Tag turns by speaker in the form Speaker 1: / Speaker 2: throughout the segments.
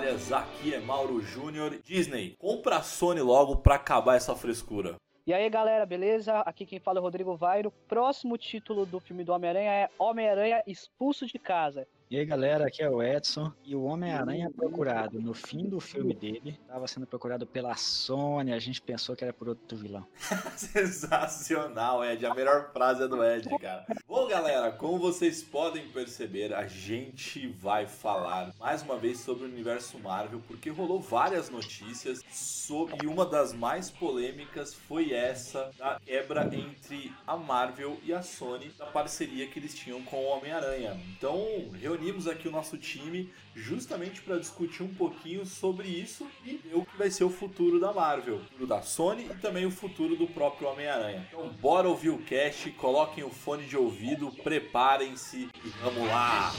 Speaker 1: joias? Aqui é Mauro Júnior. Disney, compra a Sony logo pra acabar essa frescura.
Speaker 2: E aí galera, beleza? Aqui quem fala é o Rodrigo Vairo. Próximo título do filme do Homem-Aranha é Homem-Aranha Expulso de Casa.
Speaker 3: E aí galera, aqui é o Edson. E o Homem-Aranha procurado no fim do filme dele estava sendo procurado pela Sony. A gente pensou que era por outro vilão.
Speaker 1: Sensacional, Ed. A melhor frase é do Ed, cara. Bom, galera, como vocês podem perceber, a gente vai falar mais uma vez sobre o universo Marvel, porque rolou várias notícias e uma das mais polêmicas foi essa da quebra entre a Marvel e a Sony, da parceria que eles tinham com o Homem-Aranha. Então, reunimos aqui o nosso time justamente para discutir um pouquinho sobre isso e ver o que vai ser o futuro da Marvel, o futuro da Sony e também o futuro do próprio Homem-Aranha. Então bora ouvir o cast, coloquem o fone de ouvido, preparem-se e vamos lá!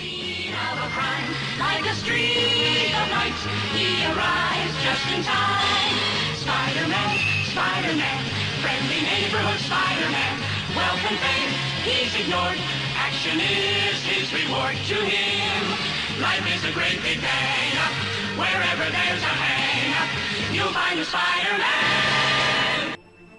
Speaker 4: Action is his reward to him. Life is a great big day. Wherever there's a hang, you'll find a Spider-Man.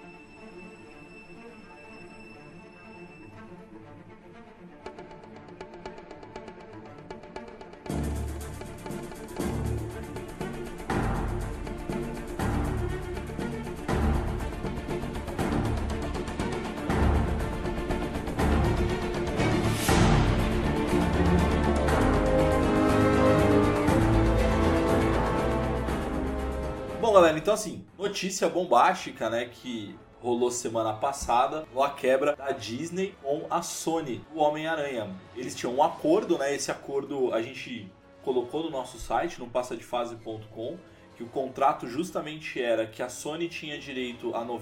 Speaker 1: Bom, galera, então assim, notícia bombástica, né, que rolou semana passada, a quebra da Disney com a Sony, o Homem-Aranha. Eles tinham um acordo, né, esse acordo a gente colocou no nosso site, no passadefase.com, que o contrato justamente era que a Sony tinha direito a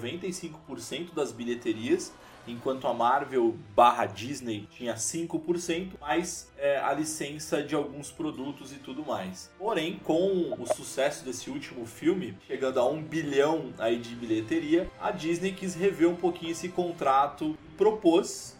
Speaker 1: 95% das bilheterias, enquanto a Marvel / Disney tinha 5%, mais a licença de alguns produtos e tudo mais. Porém, com o sucesso desse último filme, chegando a 1 bilhão aí de bilheteria, a Disney quis rever um pouquinho esse contrato e propôs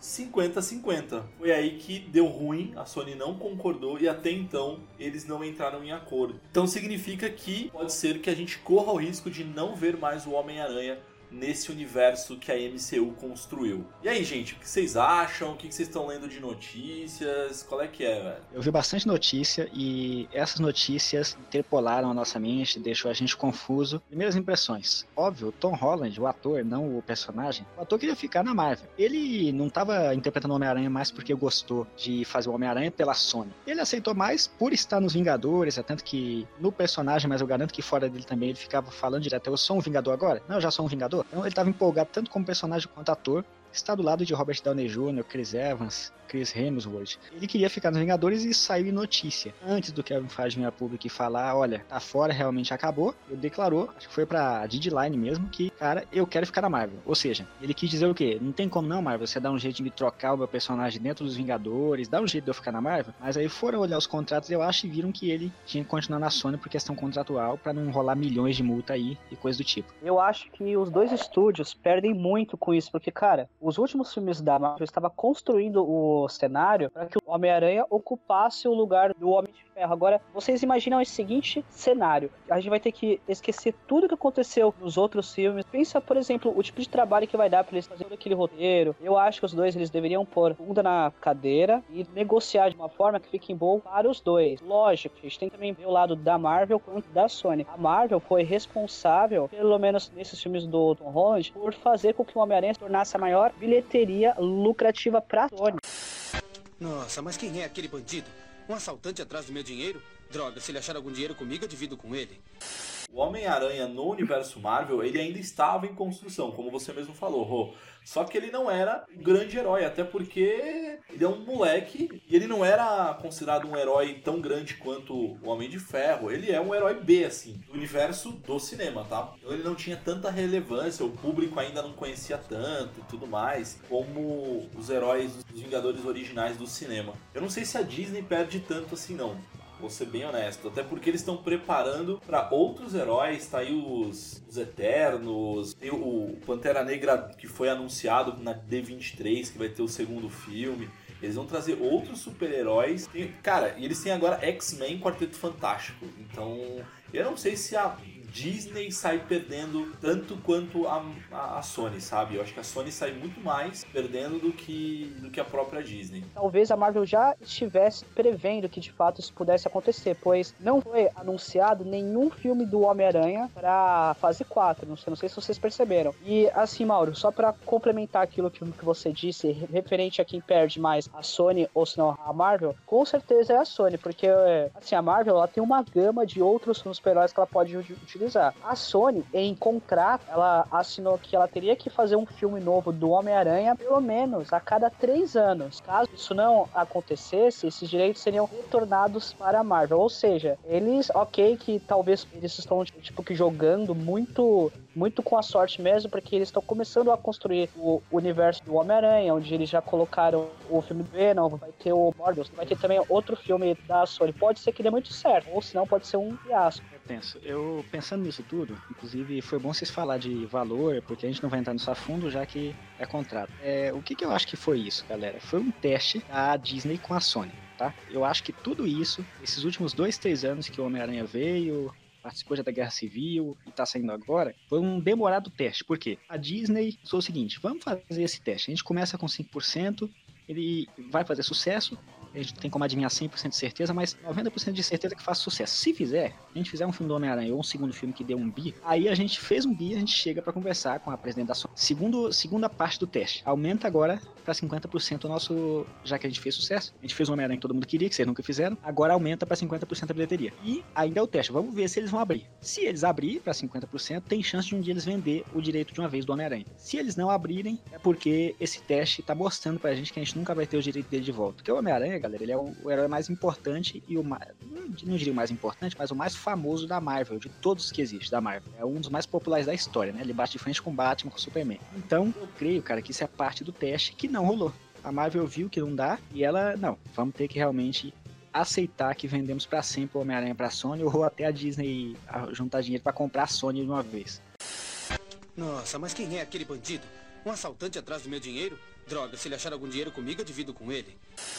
Speaker 1: 50-50. Foi aí que deu ruim, a Sony não concordou e até então eles não entraram em acordo. Então significa que pode ser que a gente corra o risco de não ver mais o Homem-Aranha nesse universo que a MCU construiu. E aí, gente, o que vocês acham? O que vocês estão lendo de notícias? Qual é que é, velho?
Speaker 3: Eu vi bastante notícia e essas notícias interpolaram a nossa mente, deixou a gente confuso. Primeiras impressões. Óbvio, o Tom Holland, o ator, não o personagem, o ator queria ficar na Marvel. Ele não estava interpretando o Homem-Aranha mais porque gostou de fazer o Homem-Aranha pela Sony. Ele aceitou mais por estar nos Vingadores, é tanto que no personagem, mas eu garanto que fora dele também ele ficava falando direto, eu sou um Vingador agora? Não, eu já sou um Vingador. Então ele estava empolgado tanto como personagem quanto ator. Está do lado de Robert Downey Jr., Chris Evans, Chris Hemsworth. Ele queria ficar nos Vingadores e saiu em notícia. Antes do Kevin Feige vir a público e falar, olha, tá fora, realmente acabou, ele declarou, acho que foi pra Deadline mesmo, que, cara, eu quero ficar na Marvel. Ou seja, ele quis dizer o quê? Não tem como não, Marvel, você dá um jeito de me trocar o meu personagem dentro dos Vingadores, dá um jeito de eu ficar na Marvel. Mas aí foram olhar os contratos, eu acho, e viram que ele tinha que continuar na Sony por questão contratual, pra não rolar milhões de multa aí e coisa do tipo.
Speaker 2: Eu acho que os dois estúdios perdem muito com isso, porque, cara, os últimos filmes da Marvel estavam construindo o cenário para que o Homem-Aranha ocupasse o lugar do Homem de Ferro. Agora, vocês imaginam esse seguinte cenário: a gente vai ter que esquecer tudo que aconteceu nos outros filmes. Pensa, por exemplo, o tipo de trabalho que vai dar para eles fazerem aquele roteiro. Eu acho que os dois eles deveriam pôr bunda na cadeira e negociar de uma forma que fique bom para os dois. Lógico, a gente tem que também ver o lado da Marvel quanto da Sony. A Marvel foi responsável, pelo menos nesses filmes do Tom Holland, por fazer com que o Homem-Aranha se tornasse a maior bilheteria lucrativa para a Sony.
Speaker 5: Nossa, mas quem é aquele bandido? Um assaltante atrás do meu dinheiro? Droga, se ele achar algum dinheiro comigo, eu divido com ele.
Speaker 1: O Homem-Aranha no universo Marvel, ele ainda estava em construção, como você mesmo falou, Rô. Só que ele não era um grande herói, até porque ele é um moleque e ele não era considerado um herói tão grande quanto o Homem de Ferro. Ele é um herói B, assim, do universo do cinema, tá? Então ele não tinha tanta relevância, o público ainda não conhecia tanto e tudo mais, como os heróis dos Vingadores originais do cinema. Eu não sei se a Disney perde tanto assim, não. Vou ser bem honesto, até porque eles estão preparando para outros heróis, tá aí os Eternos, tem o Pantera Negra que foi anunciado na D23, que vai ter o segundo filme. Eles vão trazer outros super-heróis. Cara, e eles têm agora X-Men Quarteto Fantástico. Então, eu não sei se a Disney sai perdendo tanto quanto a Sony, sabe? Eu acho que a Sony sai muito mais perdendo do que a própria Disney.
Speaker 2: Talvez a Marvel já estivesse prevendo que de fato isso pudesse acontecer, pois não foi anunciado nenhum filme do Homem-Aranha pra fase 4, não sei se vocês perceberam. E assim, Mauro, só pra complementar aquilo que você disse, referente a quem perde mais, a Sony ou se não a Marvel, com certeza é a Sony, porque assim, a Marvel ela tem uma gama de outros super-heróis que ela pode utilizar. A Sony, em contrato, ela assinou que ela teria que fazer um filme novo do Homem-Aranha pelo menos a cada 3 anos. Caso isso não acontecesse, esses direitos seriam retornados para a Marvel. Ou seja, eles, ok, que talvez eles estão tipo que jogando muito com a sorte mesmo, porque eles estão começando a construir o universo do Homem-Aranha, onde eles já colocaram o filme do Venom, vai ter o Morbius, vai ter também outro filme da Sony. Pode ser que dê muito certo, ou senão pode ser um fiasco.
Speaker 3: Eu pensando nisso tudo, inclusive foi bom vocês falar de valor, porque a gente não vai entrar nisso a fundo, já que é contrato. O que eu acho que foi isso, galera? Foi um teste da Disney com a Sony, tá? Eu acho que tudo isso, esses últimos 2-3 anos que o Homem-Aranha veio, participou já da Guerra Civil e tá saindo agora, foi um demorado teste. Por quê? A Disney falou o seguinte, vamos fazer esse teste. A gente começa com 5%, ele vai fazer sucesso, a gente tem como adivinhar 100% de certeza, mas 90% de certeza que faça sucesso. Se a gente fizer um filme do Homem-Aranha ou um segundo filme que dê um bi, aí a gente fez um bi, a gente chega pra conversar com a presidente da Sony. Segunda parte do teste, aumenta agora pra 50% o nosso, já que a gente fez sucesso, a gente fez o Homem-Aranha que todo mundo queria, que vocês nunca fizeram, agora aumenta pra 50% a bilheteria. E ainda é o teste, vamos ver se eles vão abrir. Se eles abrirem pra 50%, tem chance de um dia eles vender o direito de uma vez do Homem-Aranha. Se eles não abrirem, é porque esse teste tá mostrando pra gente que a gente nunca vai ter o direito dele de volta. Porque o Homem-Aranha, galera, ele é o herói mais importante e não diria o mais importante, mas o mais famoso da Marvel, de todos os que existem da Marvel. É um dos mais populares da história, né? Ele bate de frente com Batman, com Superman. Então, eu creio, cara, que isso é parte do teste que não rolou. A Marvel viu que não dá e ela, não, vamos ter que realmente aceitar que vendemos pra sempre o Homem-Aranha pra Sony ou até a Disney juntar dinheiro pra comprar a Sony de uma vez.
Speaker 5: Nossa, mas quem é aquele bandido? Um assaltante atrás do meu dinheiro? Droga, se ele achar algum dinheiro comigo, eu divido com ele.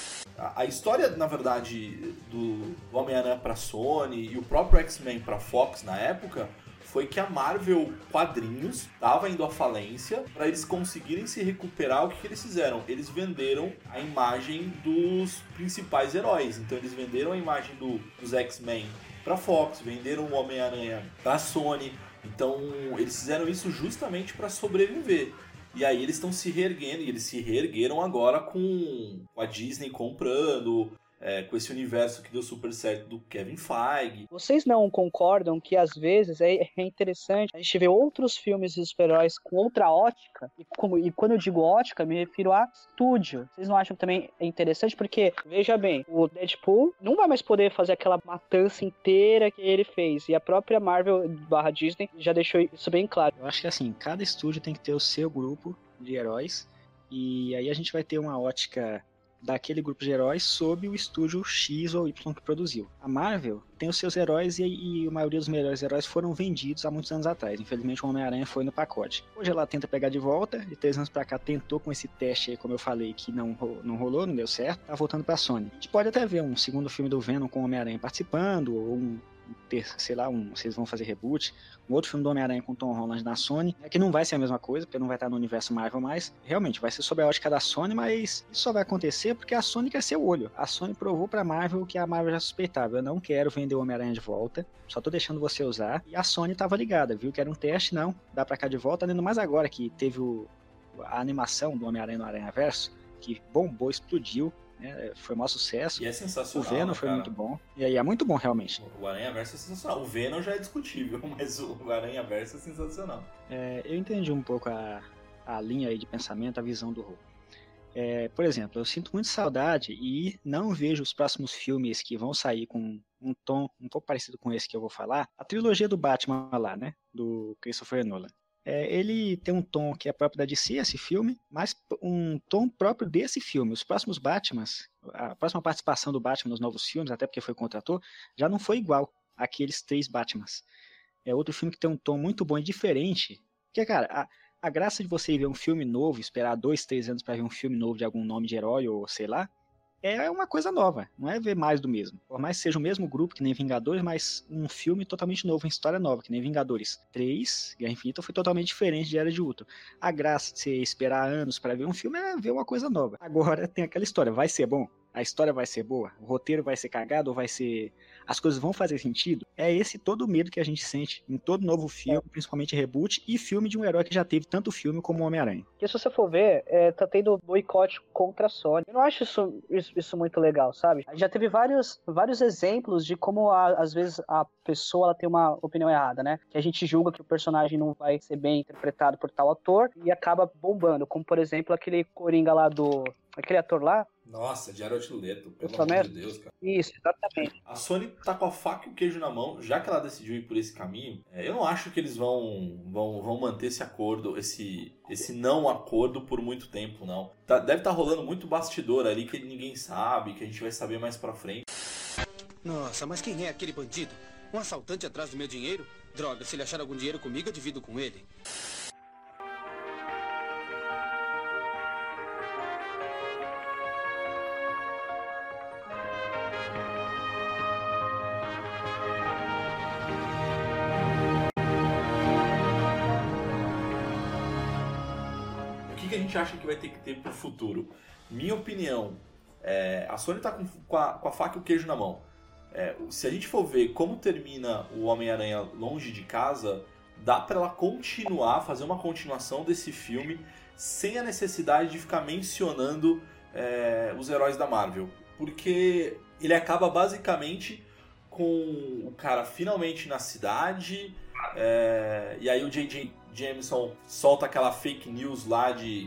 Speaker 1: A história, na verdade, do Homem-Aranha pra Sony e o próprio X-Men pra Fox na época foi que a Marvel Quadrinhos estava indo à falência. Para eles conseguirem se recuperar, o que eles fizeram? Eles venderam a imagem dos principais heróis. Então eles venderam a imagem dos X-Men para Fox, venderam o Homem-Aranha para Sony. Então eles fizeram isso justamente para sobreviver. E aí eles estão se reerguendo, e eles se reergueram agora com a Disney comprando, com esse universo que deu super certo do Kevin Feige.
Speaker 2: Vocês não concordam que às vezes é interessante a gente ver outros filmes de super-heróis com outra ótica? E quando eu digo ótica, me refiro a estúdio. Vocês não acham que também é interessante? Porque, veja bem, o Deadpool não vai mais poder fazer aquela matança inteira que ele fez. E a própria Marvel/Disney já deixou isso bem claro.
Speaker 3: Eu acho que assim, cada estúdio tem que ter o seu grupo de heróis. E aí a gente vai ter uma ótica daquele grupo de heróis sob o estúdio X ou Y que produziu. A Marvel tem os seus heróis e a maioria dos melhores heróis foram vendidos há muitos anos atrás. Infelizmente o Homem-Aranha foi no pacote. Hoje ela tenta pegar de volta, de 3 anos pra cá tentou com esse teste aí, como eu falei, que não rolou, não deu certo, tá voltando pra Sony. A gente pode até ver um segundo filme do Venom com o Homem-Aranha participando, ou sei lá, vocês vão fazer reboot, um outro filme do Homem-Aranha com Tom Holland na Sony, que não vai ser a mesma coisa, porque não vai estar no universo Marvel mais, realmente vai ser sob a ótica da Sony, mas isso só vai acontecer porque a Sony quer ser o olho. A Sony provou pra Marvel que a Marvel já suspeitava, eu não quero vender o Homem-Aranha de volta, só tô deixando você usar, e a Sony tava ligada, viu que era um teste, não, dá pra cá de volta, ainda mais agora que teve a animação do Homem-Aranha no Aranhaverso, que bombou, explodiu, foi um maior sucesso.
Speaker 1: E é sensacional.
Speaker 3: O Venom foi muito bom. E aí é muito bom, realmente.
Speaker 1: O Aranhaverso é sensacional. O Venom já é discutível, mas o Aranhaverso é sensacional.
Speaker 3: Eu entendi um pouco a linha aí de pensamento, a visão do Rô. Por exemplo, eu sinto muito saudade e não vejo os próximos filmes que vão sair com um tom um pouco parecido com esse que eu vou falar. A trilogia do Batman lá, né? Do Christopher Nolan. Ele tem um tom que é próprio da DC, esse filme, mas um tom próprio desse filme. Os próximos Batmans, a próxima participação do Batman nos novos filmes, até porque foi contrator, já não foi igual àqueles 3 Batmans. É outro filme que tem um tom muito bom e diferente. Porque, cara, a graça de você ver um filme novo, esperar 2-3 anos para ver um filme novo de algum nome de herói ou sei lá, é uma coisa nova, não é ver mais do mesmo. Por mais que seja o mesmo grupo que nem Vingadores, mas um filme totalmente novo, uma história nova, que nem Vingadores 3, Guerra Infinita, foi totalmente diferente de Era de Ultron. A graça de você esperar anos para ver um filme é ver uma coisa nova. Agora tem aquela história, vai ser bom? A história vai ser boa? O roteiro vai ser cagado ou vai ser... As coisas vão fazer sentido? É esse todo o medo que a gente sente em todo novo filme, principalmente reboot e filme de um herói que já teve tanto filme como o Homem-Aranha.
Speaker 2: Porque se você for ver, tá tendo boicote contra a Sony. Eu não acho isso muito legal, sabe? Já teve vários exemplos de como, às vezes, a pessoa ela tem uma opinião errada, né? Que a gente julga que o personagem não vai ser bem interpretado por tal ator e acaba bombando. Como, por exemplo, aquele Coringa lá aquele ator lá.
Speaker 1: Nossa, Jared Leto, pelo
Speaker 2: amor
Speaker 1: amor de Deus, cara.
Speaker 2: Isso, exatamente.
Speaker 1: A Sony tá com a faca e o queijo na mão, já que ela decidiu ir por esse caminho, eu não acho que eles vão manter esse acordo, esse não acordo por muito tempo, não. Deve estar rolando muito bastidor ali que ninguém sabe, que a gente vai saber mais pra frente.
Speaker 5: Nossa, mas quem é aquele bandido? Um assaltante atrás do meu dinheiro? Droga, se ele achar algum dinheiro comigo, eu divido com ele.
Speaker 1: O que a gente acha que vai ter que ter pro futuro? Minha opinião, a Sony tá com a faca e o queijo na mão. Se a gente for ver como termina o Homem-Aranha Longe de Casa, dá pra ela fazer uma continuação desse filme sem a necessidade de ficar mencionando os heróis da Marvel. Porque ele acaba basicamente com o cara finalmente na cidade, e aí o J.J. Jameson solta aquela fake news lá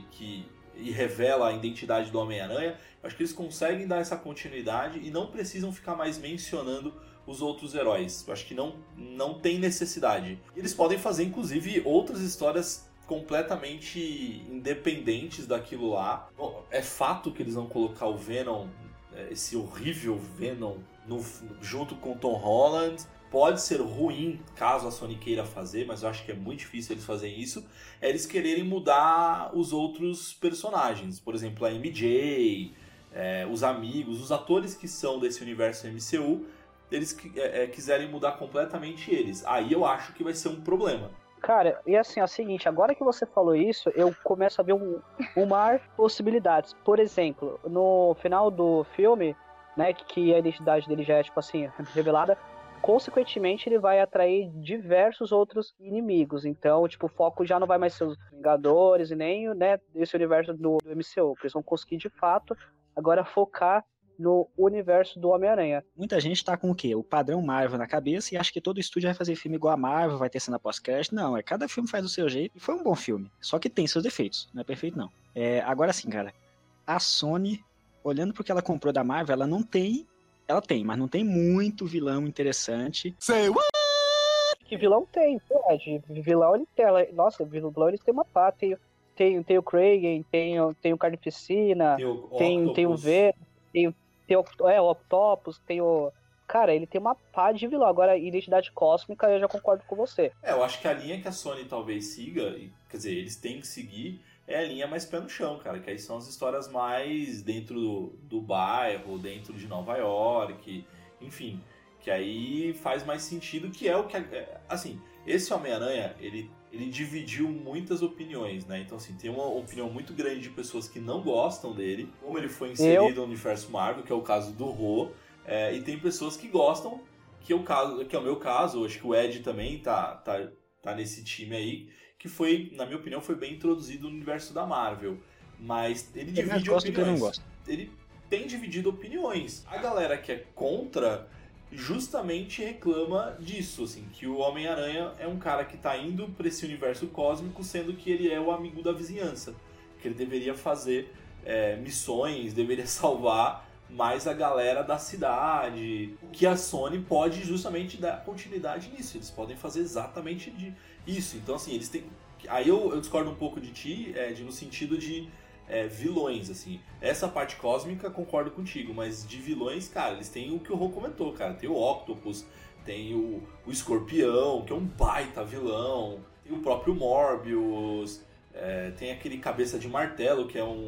Speaker 1: e revela a identidade do Homem-Aranha. Eu acho que eles conseguem dar essa continuidade e não precisam ficar mais mencionando os outros heróis. Eu acho que não tem necessidade. Eles podem fazer, inclusive, outras histórias completamente independentes daquilo lá. Bom, é fato que eles vão colocar o Venom, esse horrível Venom, junto com o Tom Holland. Pode ser ruim caso a Sony queira fazer, mas eu acho que é muito difícil eles fazerem isso. Eles quererem mudar os outros personagens. Por exemplo, a MJ, os amigos, os atores que são desse universo MCU, eles quiserem mudar completamente eles. Aí eu acho que vai ser um problema.
Speaker 2: Cara, e assim, é o seguinte, agora que você falou isso, eu começo a ver um mar de possibilidades. Por exemplo, no final do filme, né, que a identidade dele já é, tipo assim, revelada, consequentemente ele vai atrair diversos outros inimigos. Então, tipo, o foco já não vai mais ser os Vingadores e nem, né, esse universo do MCU. Eles vão conseguir, de fato, agora focar no universo do Homem-Aranha.
Speaker 3: Muita gente tá com o quê? O padrão Marvel na cabeça e acha que todo estúdio vai fazer filme igual a Marvel, vai ter cena pós-crédito. Não, cada filme faz do seu jeito e foi um bom filme. Só que tem seus defeitos, não é perfeito não. Agora sim, cara, a Sony, olhando pro que ela comprou da Marvel, ela tem, mas não tem muito vilão interessante.
Speaker 5: Say what?
Speaker 2: Que vilão tem, pode. Vilão ele tem. Nossa, vilão ele tem uma pá. Tem o Kragen, tem o Carnificina, tem o V, tem o Octopus, tem o... Cara, ele tem uma pá de vilão. Agora, identidade cósmica, eu já concordo com você.
Speaker 1: Eu acho que a linha que a Sony talvez siga, quer dizer, eles têm que seguir, é a linha mais pé no chão, cara. Que aí são as histórias mais dentro do bairro, dentro de Nova York, enfim. Que aí faz mais sentido, que é o que... Assim, esse Homem-Aranha, ele dividiu muitas opiniões, né? Então, assim, tem uma opinião muito grande de pessoas que não gostam dele, como ele foi inserido no universo Marvel, que é o caso do Ro, e tem pessoas que gostam, que é o meu caso, acho que o Ed também tá nesse time aí, que foi, na minha opinião, foi bem introduzido no universo da Marvel. Mas ele divide opiniões. Ele tem dividido opiniões. A galera que é contra justamente reclama disso, assim, que o Homem-Aranha é um cara que tá indo pra esse universo cósmico, sendo que ele é o amigo da vizinhança. Que ele deveria fazer missões, deveria salvar mais a galera da cidade. Que a Sony pode justamente dar continuidade nisso. Eles podem fazer exatamente isso. Então, assim, eles têm... Aí eu discordo um pouco de ti, no sentido de vilões, assim. Essa parte cósmica, concordo contigo, mas de vilões, cara, eles têm o que o Rô comentou, cara. Tem o Octopus, tem o Escorpião, que é um baita vilão, tem o próprio Morbius, tem aquele Cabeça de Martelo, que é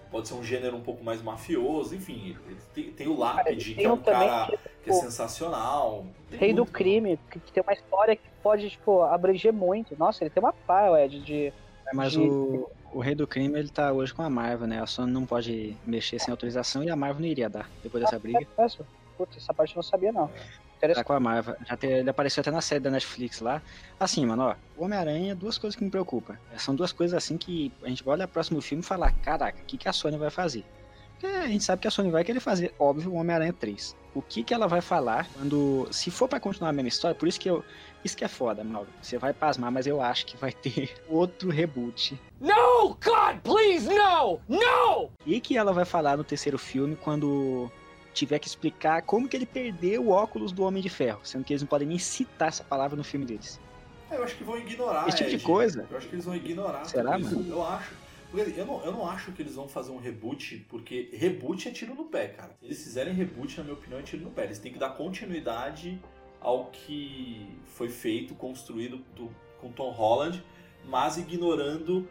Speaker 1: pode ser um gênero um pouco mais mafioso, enfim. Tem o Lápide, que
Speaker 2: tem
Speaker 1: é
Speaker 2: um
Speaker 1: um cara
Speaker 2: também
Speaker 1: que é sensacional. Tem
Speaker 2: Rei do
Speaker 1: muito,
Speaker 2: Crime, que tem uma história que pode, tipo, abranger muito. Nossa, ele tem uma pá, Ed, de...
Speaker 3: Mas o Rei do Crime, ele tá hoje com a Marvel, né? A Sony não pode mexer sem autorização e a Marvel não iria dar, depois dessa briga.
Speaker 2: Putz, essa parte eu não sabia, não.
Speaker 3: Tá com a Marvel. Ele apareceu até na série da Netflix lá. Assim, mano, ó, o Homem-Aranha, duas coisas que me preocupam. São duas coisas assim que a gente vai olhar o próximo filme e falar, caraca, o que a Sony vai fazer? Porque a gente sabe que a Sony vai querer fazer, óbvio, o Homem-Aranha 3. O que ela vai falar quando... Se for pra continuar a mesma história, por isso que isso que é foda, Mauro. Você vai pasmar, mas eu acho que vai ter outro reboot.
Speaker 6: No, God, please, no! No!
Speaker 3: O que ela vai falar no terceiro filme quando tiver que explicar como que ele perdeu o óculos do Homem de Ferro, sendo que eles não podem nem citar essa palavra no filme deles.
Speaker 1: Eu acho que vão ignorar,
Speaker 3: esse tipo de coisa.
Speaker 1: Eu acho que eles vão ignorar.
Speaker 3: Será, mano?
Speaker 1: Eu acho. Porque eu não acho que eles vão fazer um reboot, porque reboot é tiro no pé, cara. Se eles fizerem reboot, na minha opinião, é tiro no pé. Eles têm que dar continuidade ao que foi feito, construído com Tom Holland, mas ignorando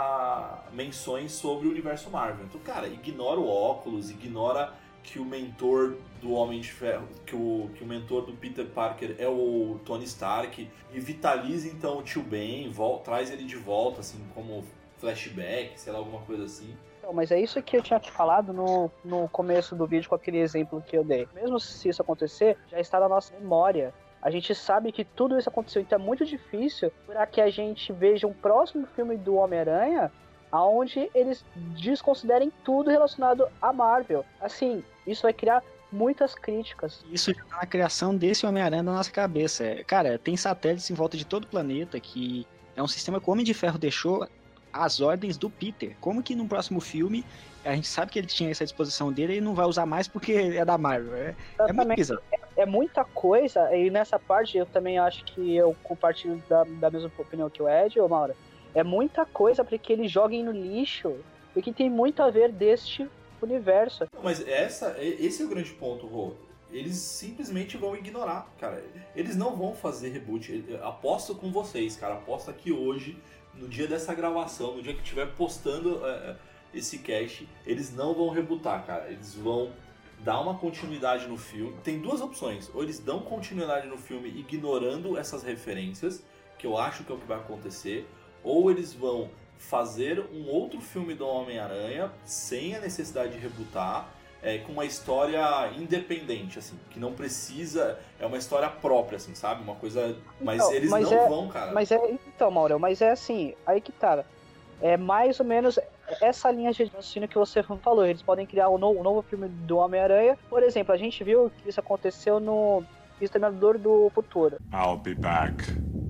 Speaker 1: menções sobre o universo Marvel. Então, cara, ignora o óculos, ignora que o mentor do Homem de Ferro, que o mentor do Peter Parker é o Tony Stark, revitaliza então o Tio Ben, traz ele de volta, assim, como flashback, sei lá, alguma coisa assim.
Speaker 2: Não, mas é isso que eu tinha te falado no começo do vídeo com aquele exemplo que eu dei. Mesmo se isso acontecer, já está na nossa memória. A gente sabe que tudo isso aconteceu, então é muito difícil para que a gente veja um próximo filme do Homem-Aranha onde eles desconsiderem tudo relacionado à Marvel. Assim, isso vai criar muitas críticas.
Speaker 3: Isso já tá na criação desse Homem-Aranha na nossa cabeça. Cara, tem satélites em volta de todo o planeta, que é um sistema que o Homem de Ferro deixou as ordens do Peter. Como que no próximo filme a gente sabe que ele tinha essa disposição dele e não vai usar mais porque é da Marvel? É muito bizarro.
Speaker 2: É muita coisa, e nessa parte eu também acho que eu compartilho da mesma opinião que o Ed, ou Maura. É muita coisa para que eles joguem no lixo, porque tem muito a ver deste universo.
Speaker 1: Não, mas esse é o grande ponto, Rô. Eles simplesmente vão ignorar, cara. Eles não vão fazer reboot. Aposto com vocês, cara. Aposto aqui hoje, no dia dessa gravação, no dia que estiver postando esse cast, eles não vão rebootar, cara. Eles vão dar uma continuidade no filme. Tem duas opções. Ou eles dão continuidade no filme ignorando essas referências, que eu acho que é o que vai acontecer, ou eles vão fazer um outro filme do Homem-Aranha sem a necessidade de rebootar, com uma história independente, assim, que não precisa, é uma história própria, assim, sabe? Uma coisa, mas então, eles não vão, cara.
Speaker 2: Então, Mauro, mas é assim, aí que tá, é mais ou menos essa linha de raciocínio que você falou, eles podem criar um novo filme do Homem-Aranha, por exemplo, a gente viu que isso aconteceu no Exterminador do Futuro.
Speaker 7: I'll be back.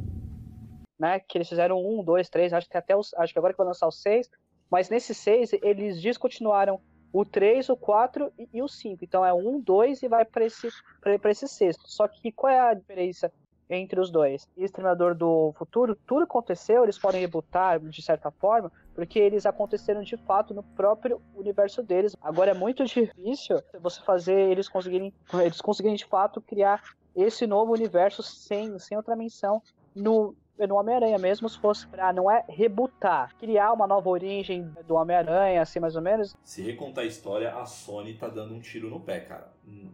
Speaker 2: Né, que eles fizeram 1, 2, 3, acho que agora que vai lançar o 6, mas nesses 6 eles descontinuaram o 3, o 4 e o 5, então é 1, 2 e vai para esse sexto. Só que qual é a diferença entre os dois? Exterminador do Futuro, tudo aconteceu, eles podem rebootar de certa forma, porque eles aconteceram de fato no próprio universo deles. Agora é muito difícil você fazer eles conseguirem de fato criar esse novo universo sem outra menção no Homem-Aranha, mesmo se fosse pra, não é rebootar, criar uma nova origem do Homem-Aranha, assim, mais ou menos.
Speaker 1: Se recontar a história, a Sony tá dando um tiro no pé, cara.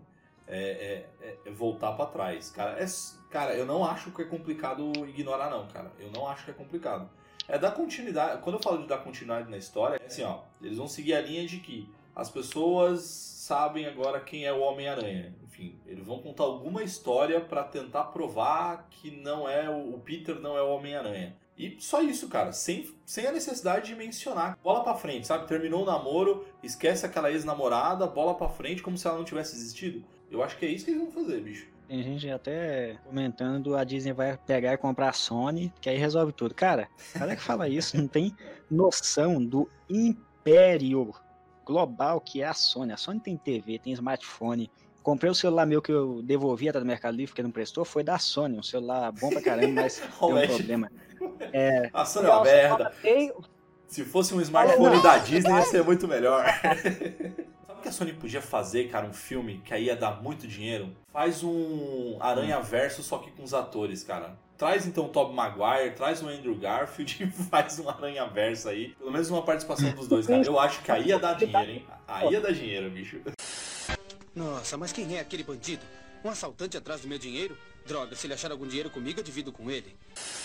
Speaker 1: É voltar pra trás. Cara, eu não acho que é complicado ignorar, não, cara. Eu não acho que é complicado. É dar continuidade. Quando eu falo de dar continuidade na história, é assim, ó. Eles vão seguir a linha de que as pessoas sabem agora quem é o Homem-Aranha. Enfim, eles vão contar alguma história pra tentar provar que não é o Peter não é o Homem-Aranha. E só isso, cara, sem a necessidade de mencionar. Bola pra frente, sabe? Terminou o namoro, esquece aquela ex-namorada, bola pra frente como se ela não tivesse existido. Eu acho que é isso que eles vão fazer, bicho.
Speaker 3: Tem gente até comentando a Disney vai pegar e comprar a Sony, que aí resolve tudo. Cara, que fala isso não tem noção do império global que é a Sony. A Sony tem TV, tem smartphone. Comprei o celular meu que eu devolvi até do Mercado Livre, porque não prestou, foi da Sony. Um celular bom pra caramba, mas tem um problema.
Speaker 1: A Sony é uma merda. Se fosse um smartphone da Disney, ia ser muito melhor. Sabe o que a Sony podia fazer, cara? Um filme que aí ia dar muito dinheiro? Faz um Aranha Verso, só que com os atores, cara. Traz então o Tobey Maguire, traz o Andrew Garfield e faz um Aranhaverso aí. Pelo menos uma participação dos dois, cara. Eu acho que aí ia dar dinheiro, hein? Aí ia dar dinheiro, bicho.
Speaker 5: Nossa, mas quem é aquele bandido? Um assaltante atrás do meu dinheiro? Droga, se ele achar algum dinheiro comigo, eu divido com ele.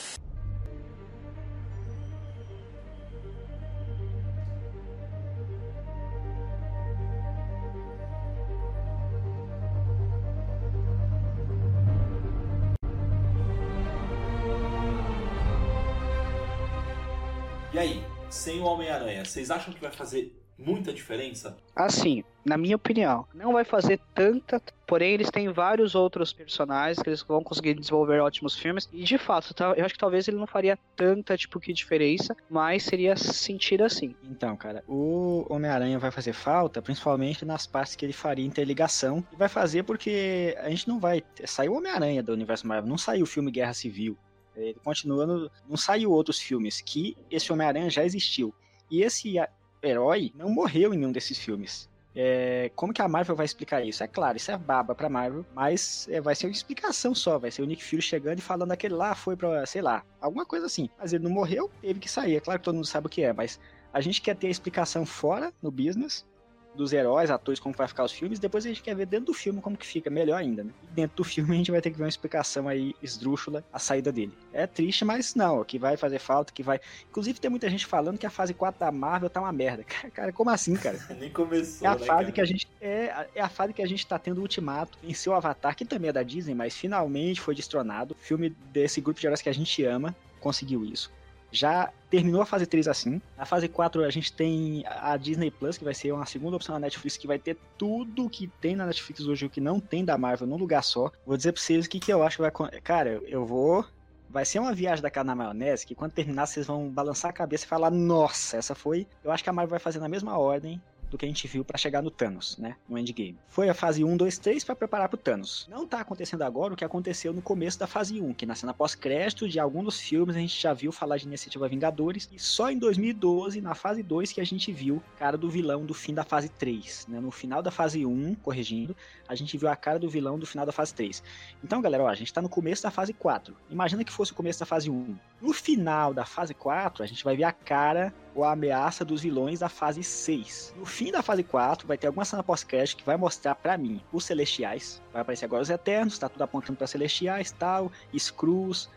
Speaker 1: E aí, sem o Homem-Aranha, vocês acham que vai fazer muita diferença?
Speaker 2: Assim, na minha opinião, não vai fazer tanta, porém eles têm vários outros personagens que eles vão conseguir desenvolver ótimos filmes, e de fato, eu acho que talvez ele não faria tanta, tipo, que diferença, mas seria sentido assim.
Speaker 3: Então, cara, o Homem-Aranha vai fazer falta, principalmente nas partes que ele faria interligação, e vai fazer porque a gente não vai... Saiu o Homem-Aranha do universo Marvel, não saiu o filme Guerra Civil, ele continua, não saiu outros filmes, que esse Homem-Aranha já existiu, e esse herói não morreu em nenhum desses filmes. Como que a Marvel vai explicar isso? É claro, isso é baba pra Marvel, mas vai ser uma explicação só, vai ser o Nick Fury chegando e falando aquele lá foi pra, sei lá, alguma coisa assim. Mas ele não morreu, teve que sair, é claro que todo mundo sabe o que é, mas a gente quer ter a explicação fora, no business, dos heróis, atores, como vai ficar os filmes, depois a gente quer ver dentro do filme como que fica, melhor ainda, né? E dentro do filme a gente vai ter que ver uma explicação aí esdrúxula, a saída dele. É triste, mas não, que vai fazer falta, que vai... Inclusive tem muita gente falando que a fase 4 da Marvel tá uma merda. Cara, como assim, cara?
Speaker 1: Nem começou,
Speaker 3: É a
Speaker 1: né,
Speaker 3: fase
Speaker 1: cara?
Speaker 3: que a gente... É a fase que a gente tá tendo o Ultimato, venceu o Avatar, que também é da Disney, mas finalmente foi destronado. O filme desse grupo de heróis que a gente ama conseguiu isso. Já terminou a fase 3 assim. Na fase 4 a gente tem a Disney Plus, que vai ser uma segunda opção da Netflix, que vai ter tudo que tem na Netflix hoje, o que não tem da Marvel, num lugar só. Vou dizer pra vocês o que eu acho que vai... Cara, eu vou... Vai ser uma viagem da cara na maionese, que quando terminar vocês vão balançar a cabeça e falar, nossa, essa foi... Eu acho que a Marvel vai fazer na mesma ordem do que a gente viu pra chegar no Thanos, né, no Endgame. Foi a fase 1, 2, 3 pra preparar pro Thanos. Não tá acontecendo agora o que aconteceu no começo da fase 1, que na cena pós-crédito de alguns dos filmes a gente já viu falar de Iniciativa Vingadores, e só em 2012, na fase 2, que a gente viu a cara do vilão do fim da fase 3, né, no final da fase 1, corrigindo, a gente viu a cara do vilão do final da fase 3. Então, galera, ó, a gente tá no começo da fase 4. Imagina que fosse o começo da fase 1. No final da fase 4, a gente vai ver a cara ou a ameaça dos vilões da fase 6. No fim da fase 4, vai ter alguma cena pós-crédito que vai mostrar pra mim os Celestiais. Vai aparecer agora os Eternos, tá tudo apontando pra Celestiais, tal, Skrulls,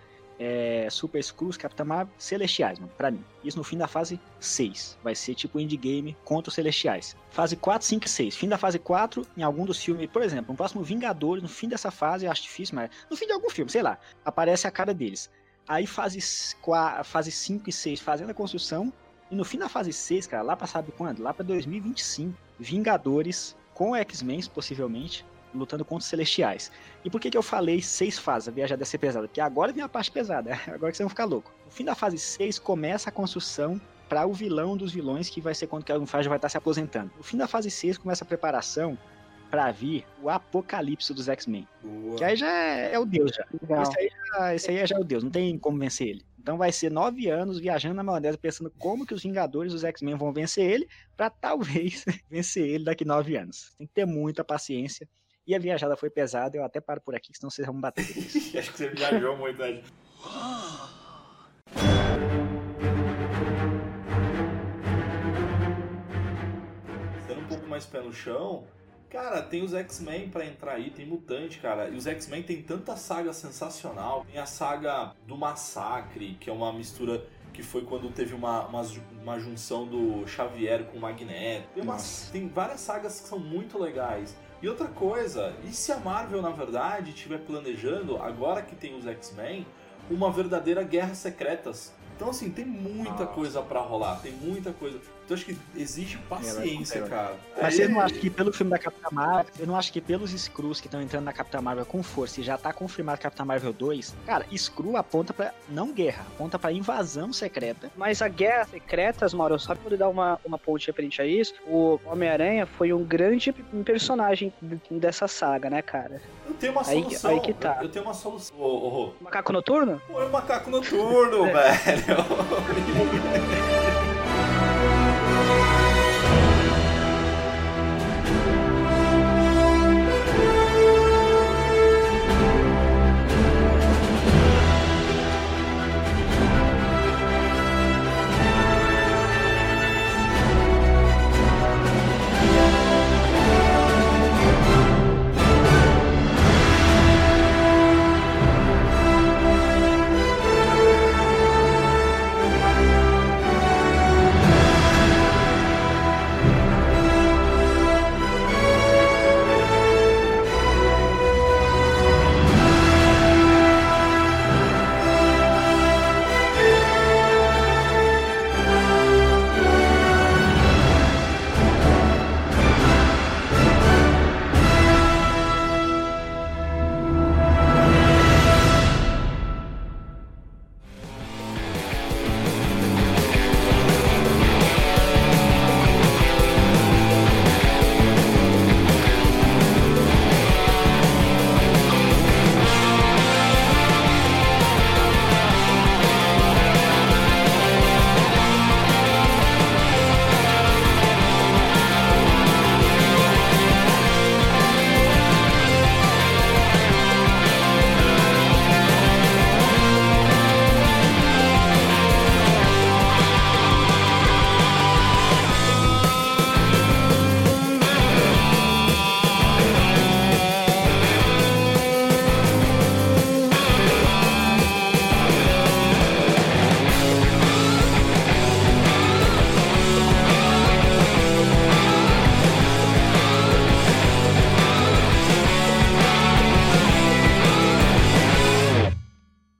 Speaker 3: Super Skrulls, Capitã Marvel, Celestiais, mano, pra mim. Isso no fim da fase 6. Vai ser tipo Endgame contra os Celestiais. Fase 4, 5 e 6. Fim da fase 4, em algum dos filmes, por exemplo, no próximo Vingadores, no fim dessa fase, eu acho difícil, mas no fim de algum filme, sei lá, aparece a cara deles. Aí fase 5 e 6 fazendo a construção. E no fim da fase 6, cara, lá pra sabe quando? Lá pra 2025, Vingadores com X-Men, possivelmente, lutando contra os Celestiais. E por que eu falei 6 fases? A viagem deve ser pesada. Porque agora vem a parte pesada, agora que vocês vão ficar louco. No fim da fase 6 começa a construção para o vilão dos vilões, que vai ser quando o Kevin Feige vai estar se aposentando. No fim da fase 6 começa a preparação para vir o apocalipse dos X-Men. Que aí já é o Deus, já. Esse aí já é o Deus, não tem como vencer ele. Então vai ser 9 anos viajando na maionese, pensando como que os Vingadores, os X-Men vão vencer ele, pra talvez vencer ele daqui 9 anos. Tem que ter muita paciência. E a viajada foi pesada, eu até paro por aqui, senão vocês vão bater.
Speaker 1: Acho que você viajou muito, né? Sendo um pouco mais pé no chão, cara, tem os X-Men pra entrar aí, tem Mutante, cara. E os X-Men tem tanta saga sensacional. Tem a saga do Massacre, que é uma mistura que foi quando teve uma junção do Xavier com o Magneto. Tem várias sagas que são muito legais. E outra coisa, e se a Marvel, na verdade, estiver planejando, agora que tem os X-Men, uma verdadeira Guerras Secretas? Então, assim, tem muita coisa pra rolar, tem muita coisa. Então, acho que exige paciência, cara.
Speaker 3: Mas você não acha que pelo filme da Capitã Marvel, eu não acho que pelos Skrulls que estão entrando na Capitã Marvel com força e já tá confirmado Capitã Marvel 2, cara, Skrull aponta pra, não guerra, aponta pra invasão secreta.
Speaker 2: Mas a Guerra Secretas, Mauro, só pra poder dar uma ponte referente a isso, o Homem-Aranha foi um grande personagem dessa saga, né, cara?
Speaker 1: Eu tenho uma solução.
Speaker 2: Aí que tá.
Speaker 1: Eu tenho uma solução.
Speaker 2: Macaco Noturno?
Speaker 1: Pô, é o Macaco Noturno, velho.